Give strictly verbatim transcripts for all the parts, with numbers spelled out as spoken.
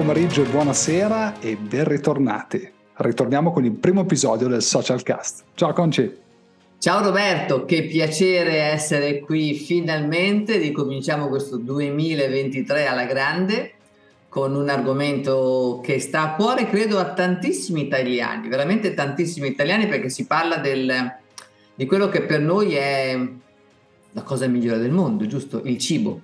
pomeriggio e buonasera e ben ritornati. Ritorniamo con il primo episodio del Social Cast. Ciao Conci. Ciao Roberto, che piacere essere qui finalmente. Ricominciamo questo duemilaventitré alla grande con un argomento che sta a cuore, credo, a tantissimi italiani, veramente tantissimi italiani, perché si parla del, di quello che per noi è la cosa migliore del mondo, giusto? Il cibo.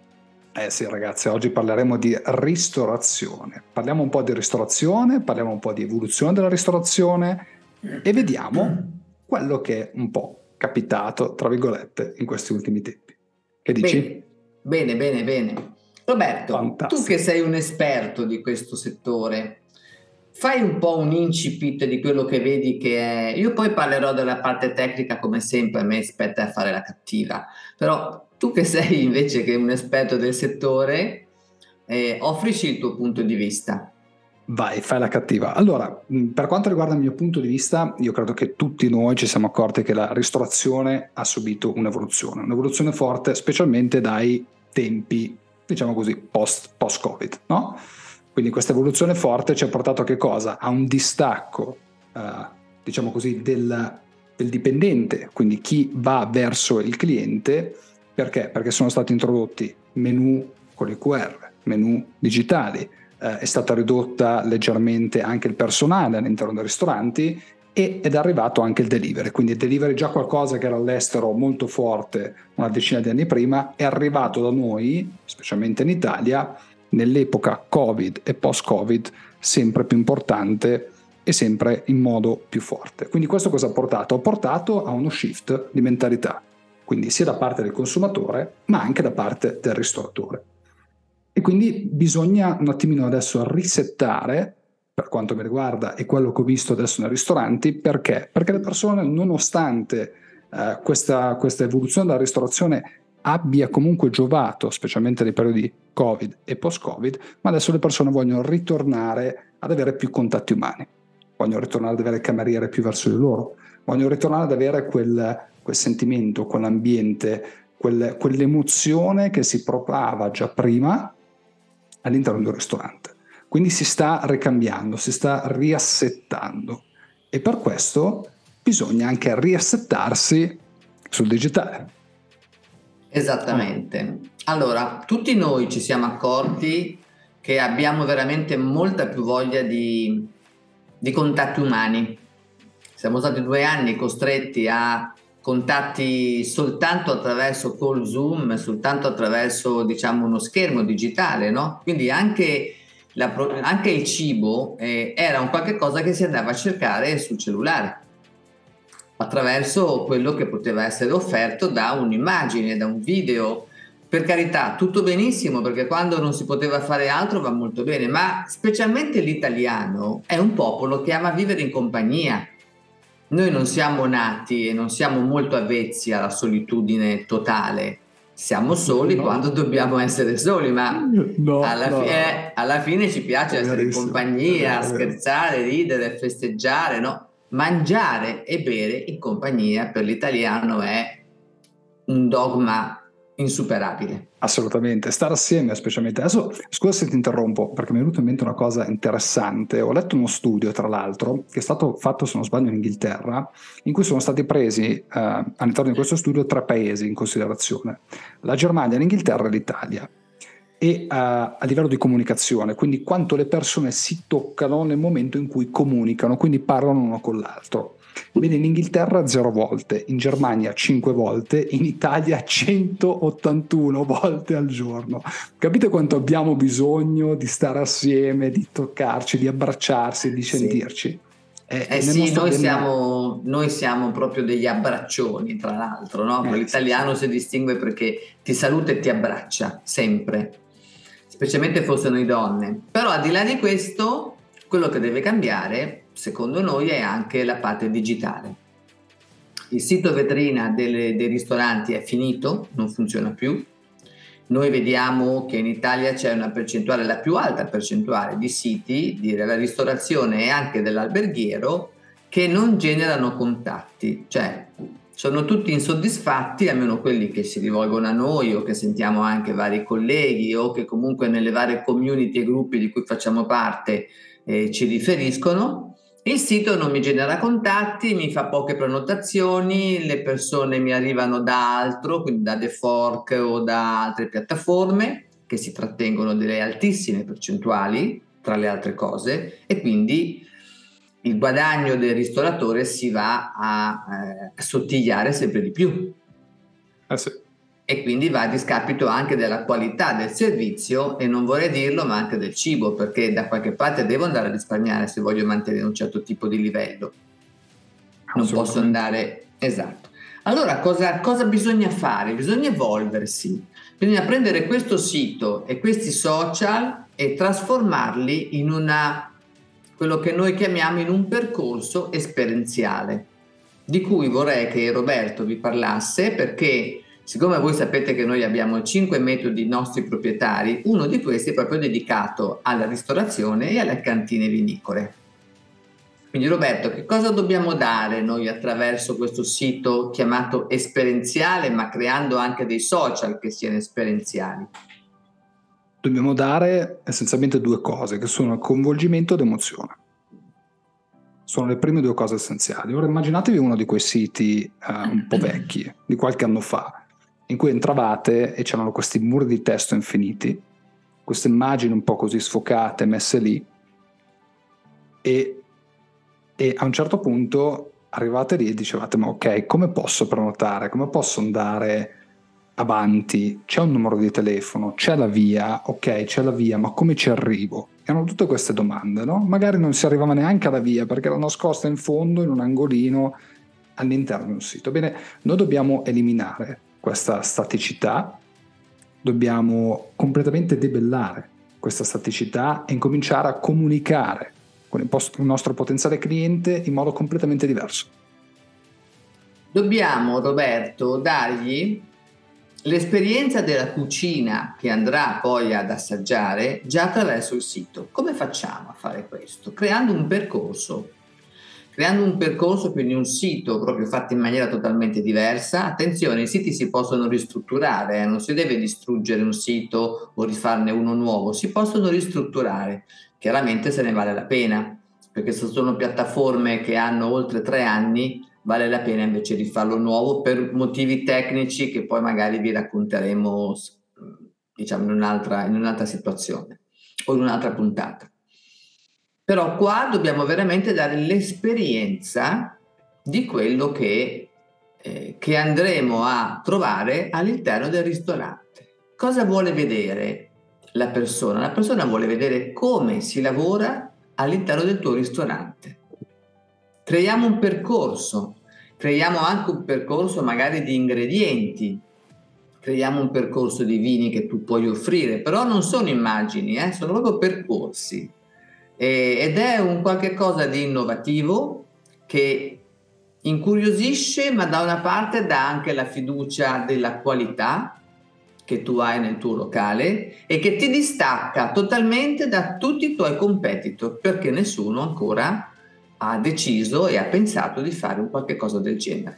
Eh sì ragazzi, oggi parleremo di ristorazione. Parliamo un po' di ristorazione, parliamo un po' di evoluzione della ristorazione e vediamo quello che è un po' capitato, tra virgolette, in questi ultimi tempi. Che dici? Bene, bene, bene, bene. Roberto, Fantastico. Tu che sei un esperto di questo settore, fai un po' un incipit di quello che vedi che è. Io poi parlerò della parte tecnica, come sempre, a me spetta a fare la cattiva, però tu che sei invece che un esperto del settore, eh, offrici il tuo punto di vista. Vai, fai la cattiva. Allora, per quanto riguarda il mio punto di vista, io credo che tutti noi ci siamo accorti che la ristorazione ha subito un'evoluzione, un'evoluzione forte, specialmente dai tempi, diciamo così, post, post-Covid, no? Quindi questa evoluzione forte ci ha portato a che cosa? A un distacco, eh, diciamo così, del, del dipendente, quindi chi va verso il cliente. Perché? Perché sono stati introdotti menu con i Q R, menu digitali, eh, è stata ridotta leggermente anche il personale all'interno dei ristoranti e ed è arrivato anche il delivery. Quindi il delivery, già qualcosa che era all'estero molto forte una decina di anni prima, è arrivato da noi, specialmente in Italia, nell'epoca Covid e post-Covid, sempre più importante e sempre in modo più forte. Quindi questo cosa ha portato? Ha portato a uno shift di mentalità, quindi sia da parte del consumatore ma anche da parte del ristoratore. E quindi bisogna un attimino adesso risettare, per quanto mi riguarda e quello che ho visto adesso nei ristoranti. Perché? Perché le persone, nonostante eh, questa, questa evoluzione della ristorazione abbia comunque giovato, specialmente nei periodi Covid e post-Covid, ma adesso le persone vogliono ritornare ad avere più contatti umani, vogliono ritornare ad avere cameriere più verso di loro, vogliono ritornare ad avere quel, quel sentimento, quell'ambiente, quel, quell'emozione che si provava già prima all'interno di un ristorante. Quindi si sta ricambiando, si sta riassettando e per questo bisogna anche riassettarsi sul digitale. Esattamente. Allora, tutti noi ci siamo accorti che abbiamo veramente molta più voglia di, di contatti umani. Siamo stati due anni costretti a contatti soltanto attraverso call Zoom, soltanto attraverso, diciamo, uno schermo digitale, no? Quindi anche, la, anche il cibo eh, era un qualche cosa che si andava a cercare sul cellulare, attraverso quello che poteva essere offerto da un'immagine, da un video. Per carità, tutto benissimo, perché quando non si poteva fare altro va molto bene, ma specialmente l'italiano è un popolo che ama vivere in compagnia. Noi non siamo nati e non siamo molto avvezzi alla solitudine totale, siamo soli no. quando dobbiamo essere soli, ma no, alla, no. Fi- alla fine ci piace essere in compagnia, scherzare, ridere, festeggiare, no? Mangiare e bere in compagnia per l'italiano è un dogma insuperabile. Assolutamente, stare assieme, specialmente adesso. Scusa se ti interrompo, perché mi è venuta in mente una cosa interessante. Ho letto uno studio, tra l'altro, che è stato fatto, se non sbaglio, in Inghilterra, in cui sono stati presi eh, all'interno di questo studio tre paesi in considerazione: la Germania, l'Inghilterra e l'Italia. E uh, a livello di comunicazione, quindi quanto le persone si toccano nel momento in cui comunicano, quindi parlano uno con l'altro. Bene, in Inghilterra zero volte, in Germania cinque volte, in Italia centottantuno volte al giorno. Capite quanto abbiamo bisogno di stare assieme, di toccarci, di abbracciarsi, di sentirci? Sì. Eh, eh sì, noi siamo, noi siamo proprio degli abbraccioni, tra l'altro, no? Eh, L'italiano sì, sì. si distingue perché ti saluta e ti abbraccia, sempre, specialmente fossero noi donne. Però al di là di questo, quello che deve cambiare, secondo noi, è anche la parte digitale. Il sito vetrina delle, dei ristoranti è finito, non funziona più. Noi vediamo che in Italia c'è una percentuale, la più alta percentuale di siti della ristorazione e anche dell'alberghiero che non generano contatti. Cioè, sono tutti insoddisfatti, almeno quelli che si rivolgono a noi o che sentiamo anche vari colleghi o che comunque nelle varie community e gruppi di cui facciamo parte eh, ci riferiscono. Il sito non mi genera contatti, mi fa poche prenotazioni, le persone mi arrivano da altro, quindi da The Fork o da altre piattaforme che si trattengono delle altissime percentuali, tra le altre cose, e quindi il guadagno del ristoratore si va a eh, assottigliare sempre di più. Eh sì. E quindi va a discapito anche della qualità del servizio, e non vorrei dirlo, ma anche del cibo, perché da qualche parte devo andare a risparmiare se voglio mantenere un certo tipo di livello. Non posso andare... Esatto. Allora cosa, cosa bisogna fare? Bisogna evolversi, bisogna prendere questo sito e questi social e trasformarli in una, quello che noi chiamiamo in un percorso esperienziale, di cui vorrei che Roberto vi parlasse, perché siccome voi sapete che noi abbiamo cinque metodi nostri proprietari, uno di questi è proprio dedicato alla ristorazione e alle cantine vinicole. Quindi Roberto, che cosa dobbiamo dare noi attraverso questo sito chiamato esperienziale, ma creando anche dei social che siano esperienziali? Dobbiamo dare essenzialmente due cose, che sono coinvolgimento ed emozione. Sono le prime due cose essenziali. Ora immaginatevi uno di quei siti eh, un po' vecchi, di qualche anno fa, in cui entravate e c'erano questi muri di testo infiniti, queste immagini un po' così sfocate messe lì, e, e a un certo punto arrivate lì e dicevate: ma ok, come posso prenotare, come posso andare avanti? C'è un numero di telefono, c'è la via, ok, c'è la via, ma come ci arrivo? Erano tutte queste domande, no? Magari non si arrivava neanche alla via perché era nascosta in fondo, in un angolino, all'interno di un sito. Bene, noi dobbiamo eliminare questa staticità, dobbiamo completamente debellare questa staticità e incominciare a comunicare con il, post- il nostro potenziale cliente in modo completamente diverso. Dobbiamo, Roberto, dargli l'esperienza della cucina che andrà poi ad assaggiare già attraverso il sito. Come facciamo a fare questo? Creando un percorso. Creando un percorso, quindi un sito proprio fatto in maniera totalmente diversa. Attenzione, i siti si possono ristrutturare, eh? Non si deve distruggere un sito o rifarne uno nuovo, si possono ristrutturare. Chiaramente se ne vale la pena, perché se sono piattaforme che hanno oltre tre anni, vale la pena invece di farlo nuovo per motivi tecnici che poi magari vi racconteremo, diciamo, in un'altra, in un'altra situazione o in un'altra puntata. Però qua dobbiamo veramente dare l'esperienza di quello che, eh, che andremo a trovare all'interno del ristorante. Cosa vuole vedere la persona? La persona vuole vedere come si lavora all'interno del tuo ristorante. Creiamo un percorso, creiamo anche un percorso magari di ingredienti, creiamo un percorso di vini che tu puoi offrire, però non sono immagini, eh, sono proprio percorsi. E, ed è un qualche cosa di innovativo che incuriosisce, ma da una parte dà anche la fiducia della qualità che tu hai nel tuo locale e che ti distacca totalmente da tutti i tuoi competitor, perché nessuno ancora ha deciso e ha pensato di fare un qualche cosa del genere.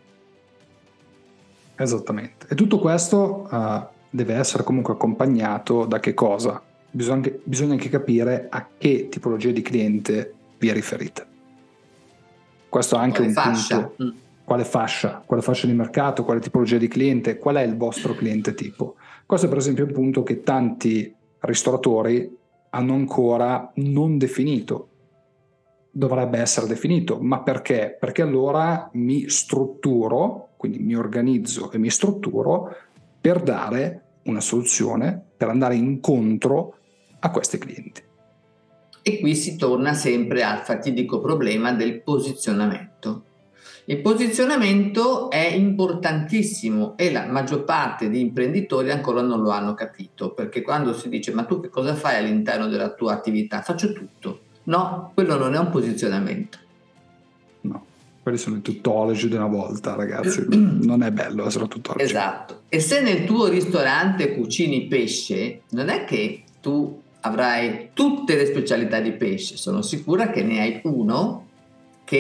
Esattamente. E tutto questo uh, deve essere comunque accompagnato da che cosa? Bisogna anche, bisogna anche capire a che tipologia di cliente vi riferite. Questo è anche Quale un fascia? punto. Mm. Quale fascia? Quale fascia di mercato? Quale tipologia di cliente? Qual è il vostro cliente tipo? Questo è per esempio un punto che tanti ristoratori hanno ancora non definito. Dovrebbe essere definito, ma perché? Perché allora mi strutturo, quindi mi organizzo e mi strutturo per dare una soluzione, per andare incontro a questi clienti. E qui si torna sempre al fatidico problema del posizionamento. Il posizionamento è importantissimo e la maggior parte di imprenditori ancora non lo hanno capito, perché quando si dice ma tu che cosa fai all'interno della tua attività? Faccio tutto. No, quello non è un posizionamento. No, quelli sono i tuttologi di una volta, ragazzi. Non è bello essere tuttologi. Esatto. E se nel tuo ristorante cucini pesce, non è che tu avrai tutte le specialità di pesce. Sono sicura che ne hai uno che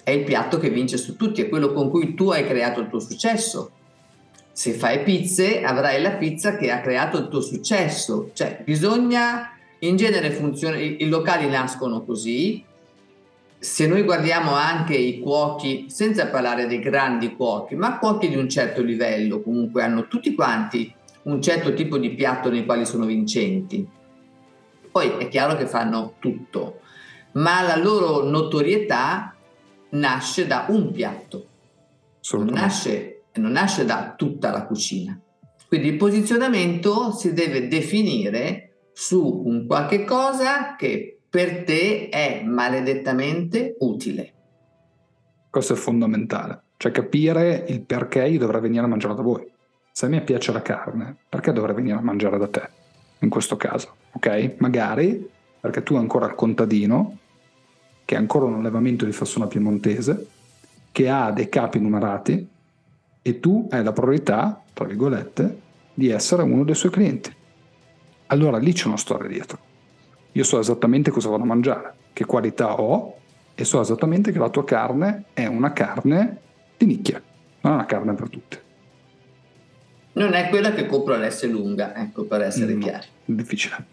è il piatto che vince su tutti, è quello con cui tu hai creato il tuo successo. Se fai pizze, avrai la pizza che ha creato il tuo successo. Cioè, bisogna, in genere funziona, i, i locali nascono così. Se noi guardiamo anche i cuochi, senza parlare dei grandi cuochi, ma cuochi di un certo livello, comunque hanno tutti quanti un certo tipo di piatto nei quali sono vincenti. Poi è chiaro che fanno tutto, ma la loro notorietà nasce da un piatto, non nasce, non nasce da tutta la cucina. Quindi il posizionamento si deve definire su un qualche cosa che per te è maledettamente utile. Questo è fondamentale, cioè capire il perché io dovrei venire a mangiare da voi. Se a me piace la carne, perché dovrei venire a mangiare da te? In questo caso, ok? Magari perché tu hai ancora il contadino, che ha ancora un allevamento di fassona piemontese, che ha dei capi numerati, e tu hai la priorità, tra virgolette, di essere uno dei suoi clienti. Allora lì c'è una storia dietro. Io so esattamente cosa vado a mangiare, che qualità ho, e so esattamente che la tua carne è una carne di nicchia, non è una carne per tutti. Non è quella che compro all'S lunga, ecco, per essere no, chiari. Difficile.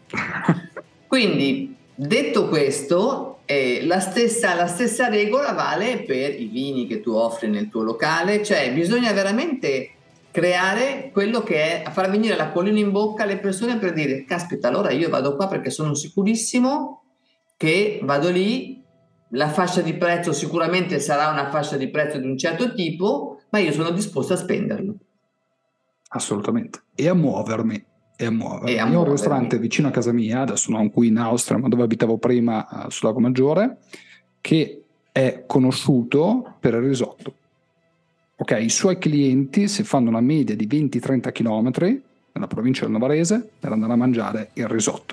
Quindi, detto questo, eh, la, stessa, la stessa regola vale per i vini che tu offri nel tuo locale, cioè bisogna veramente creare quello che è, far venire l'acquolina in bocca alle persone per dire: caspita, allora io vado qua perché sono sicurissimo che vado lì, la fascia di prezzo sicuramente sarà una fascia di prezzo di un certo tipo, ma io sono disposto a spenderlo. Assolutamente. E a muovermi. E a muovermi. E a Io ho un muovermi. ristorante vicino a casa mia, adesso non qui in Austria, ma dove abitavo prima, uh, sul Lago Maggiore, che è conosciuto per il risotto. Ok, i suoi clienti si fanno una media di venti trenta chilometri nella provincia del Novarese per andare a mangiare il risotto.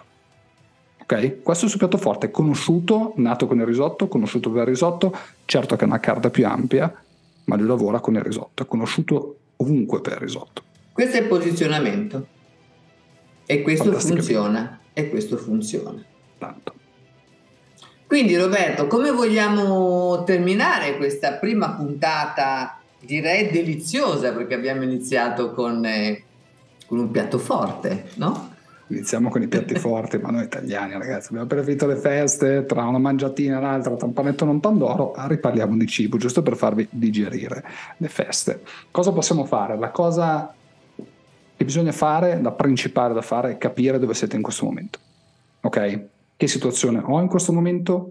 Ok? Questo è il suo piatto forte, è conosciuto, nato con il risotto, conosciuto per il risotto, certo che è una carta più ampia, ma lui lavora con il risotto, è conosciuto ovunque per il risotto. Questo è il posizionamento e questo funziona e questo funziona tanto. Quindi Roberto, come vogliamo terminare questa prima puntata, direi deliziosa, perché abbiamo iniziato con, eh, con un piatto forte, no? Iniziamo con i piatti forti, ma noi italiani, ragazzi, abbiamo appena finito le feste, tra una mangiatina e l'altra, tra un panetto e un pandoro, riparliamo di cibo, giusto per farvi digerire le feste. Cosa possiamo fare? La cosa che bisogna fare, la principale da fare, è capire dove siete in questo momento. Ok? Che situazione ho in questo momento?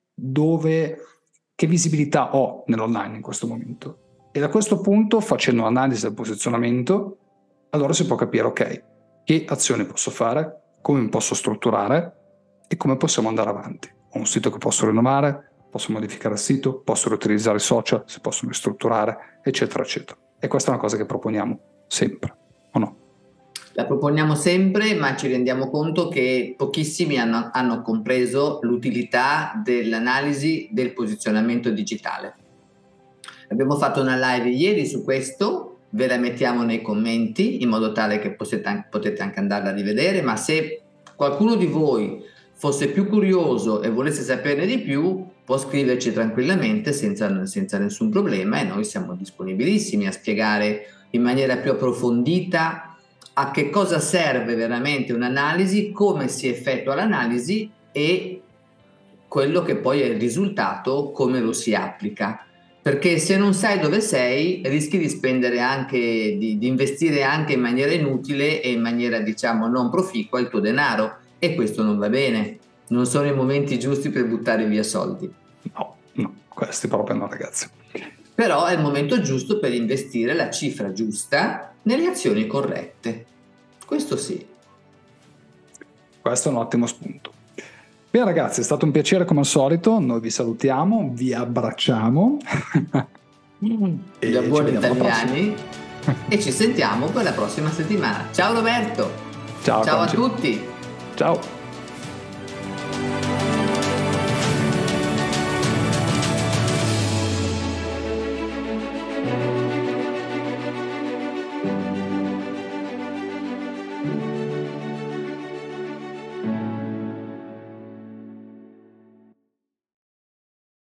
Dove, che visibilità ho nell'online in questo momento? E da questo punto, facendo un'analisi del posizionamento, allora si può capire, ok, che azioni posso fare, come mi posso strutturare e come possiamo andare avanti. Ho un sito che posso rinnovare, posso modificare il sito, posso riutilizzare i social, si possono ristrutturare, eccetera, eccetera. E questa è una cosa che proponiamo sempre, o no? La proponiamo sempre, ma ci rendiamo conto che pochissimi hanno, hanno compreso l'utilità dell'analisi del posizionamento digitale. Abbiamo fatto una live ieri su questo, ve la mettiamo nei commenti in modo tale che potete, potete anche andarla a rivedere, ma se qualcuno di voi fosse più curioso e volesse saperne di più, può scriverci tranquillamente senza, senza nessun problema, e noi siamo disponibilissimi a spiegare in maniera più approfondita a che cosa serve veramente un'analisi, come si effettua l'analisi e quello che poi è il risultato, come lo si applica. Perché se non sai dove sei, rischi di spendere anche, di, di investire anche in maniera inutile e in maniera, diciamo, non proficua il tuo denaro, e questo non va bene. Non sono i momenti giusti per buttare via soldi. No, no, questi proprio no, ragazzi. Però è il momento giusto per investire la cifra giusta nelle azioni corrette. Questo sì. Questo è un ottimo spunto. Bene ragazzi, è stato un piacere come al solito, noi vi salutiamo, vi abbracciamo. E da buoni italiani e ci sentiamo per la prossima settimana. Ciao Roberto. Ciao, ciao a Conci. tutti. Ciao.